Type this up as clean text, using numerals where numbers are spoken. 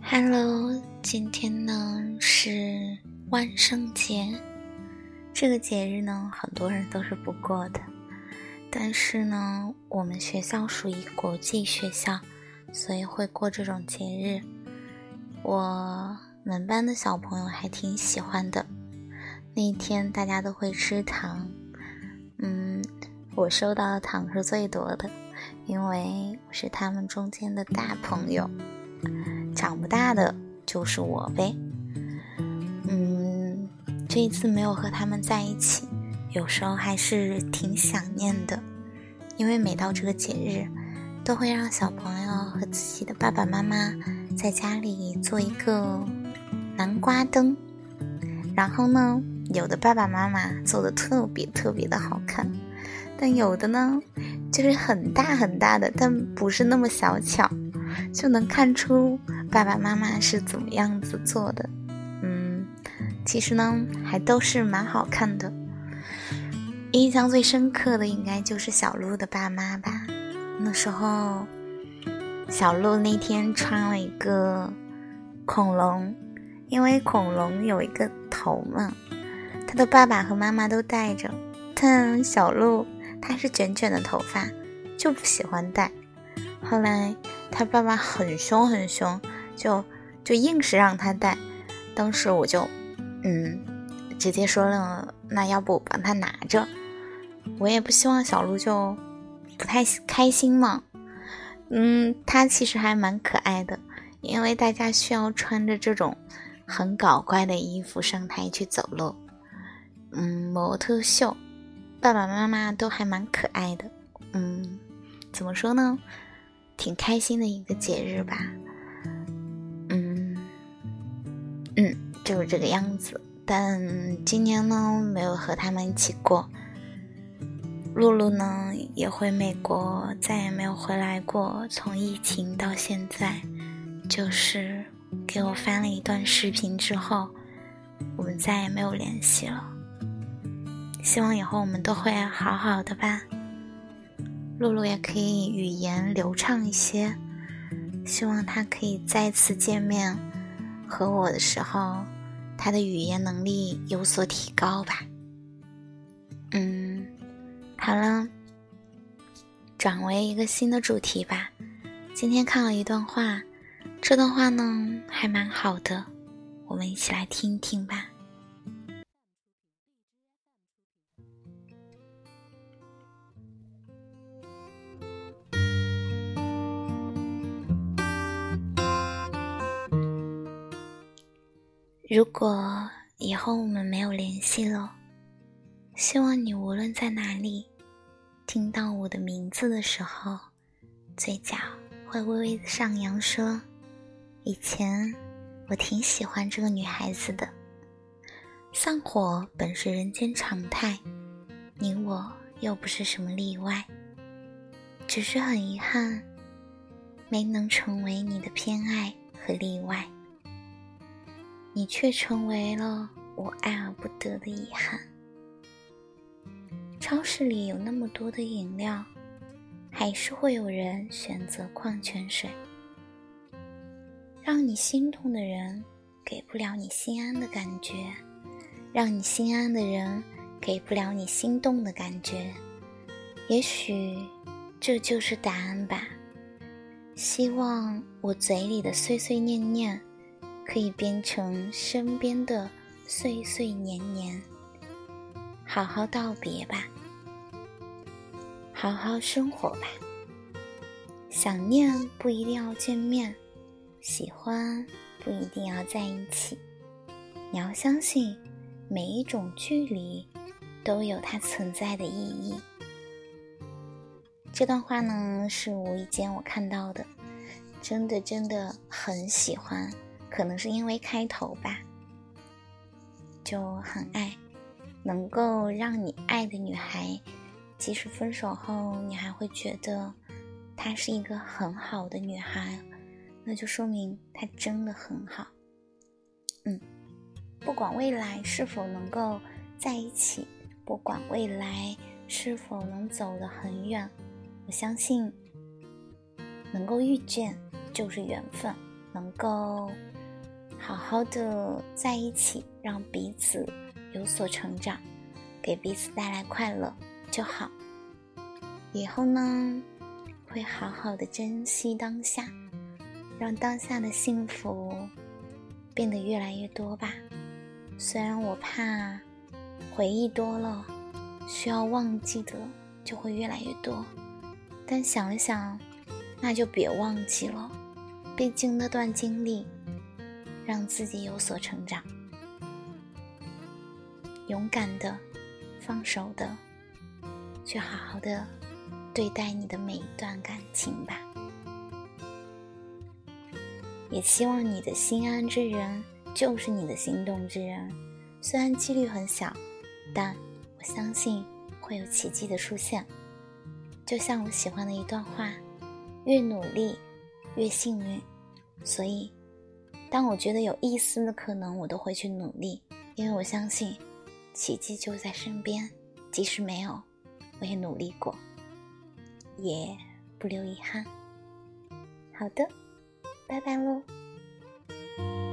Hello， 今天呢是万圣节，这个节日呢很多人都是不过的，但是呢我们学校属于国际学校，所以会过这种节日。我们班的小朋友还挺喜欢的，那一天大家都会吃糖，我收到的糖是最多的，因为我是他们中间的大朋友，长不大的就是我呗。这一次没有和他们在一起，有时候还是挺想念的，因为每到这个节日都会让小朋友和自己的爸爸妈妈在家里做一个南瓜灯，然后呢有的爸爸妈妈做的特别的好看，但有的呢就是很大很大的，但不是那么小巧，就能看出爸爸妈妈是怎么样子做的。其实呢还都是蛮好看的。印象最深刻的应该就是小鹿的爸妈吧。那时候小鹿那天穿了一个恐龙，因为恐龙有一个头嘛，他的爸爸和妈妈都戴着，但小鹿他是卷卷的头发，就不喜欢戴。后来他爸爸很凶，就硬是让他戴。当时我就直接说了，那要不帮他拿着。我也不希望小鹿就不太开心嘛。他其实还蛮可爱的，因为大家需要穿着这种很搞怪的衣服上台去走路。模特秀，爸爸妈妈都还蛮可爱的。怎么说呢，挺开心的一个节日吧。就是这个样子。但今年呢没有和他们一起过，露露呢也回美国，再也没有回来过，从疫情到现在，就是给我发了一段视频之后，我们再也没有联系了。希望以后我们都会好好的吧，露露也可以语言流畅一些，希望她可以再次见面和我的时候，她的语言能力有所提高吧。好了，转为一个新的主题吧。今天看了一段话，这段话呢还蛮好的，我们一起来听听吧。如果以后我们没有联系了，希望你无论在哪里，听到我的名字的时候，嘴角会微微的上扬，说以前我挺喜欢这个女孩子的。丧火本是人间常态，你我又不是什么例外，只是很遗憾没能成为你的偏爱和例外，你却成为了我爱而不得的遗憾。超市里有那么多的饮料，还是会有人选择矿泉水。让你心痛的人给不了你心安的感觉，让你心安的人给不了你心动的感觉。也许这就是答案吧。希望我嘴里的碎碎念念可以变成身边的岁岁年年。好好道别吧，好好生活吧。想念不一定要见面，喜欢不一定要在一起。你要相信每一种距离都有它存在的意义。这段话呢是无意间我看到的，真的很喜欢，可能是因为开头吧，就很爱。能够让你爱的女孩，即使分手后你还会觉得她是一个很好的女孩，那就说明她真的很好。不管未来是否能够在一起，不管未来是否能走得很远，我相信能够遇见就是缘分， 能够好好的在一起，让彼此有所成长，给彼此带来快乐就好。以后呢，会好好的珍惜当下，让当下的幸福变得越来越多吧。虽然我怕回忆多了，需要忘记的就会越来越多，但想了想，那就别忘记了，毕竟那段经历让自己有所成长。勇敢的，放手的，去好好的对待你的每一段感情吧。也希望你的心安之人就是你的心动之人，虽然几率很小，但我相信会有奇迹的出现。就像我喜欢的一段话，越努力越幸运。所以当我觉得有一丝的可能，我都会去努力，因为我相信奇迹就在身边，即使没有，我也努力过，也不留遗憾。好的，拜拜喽。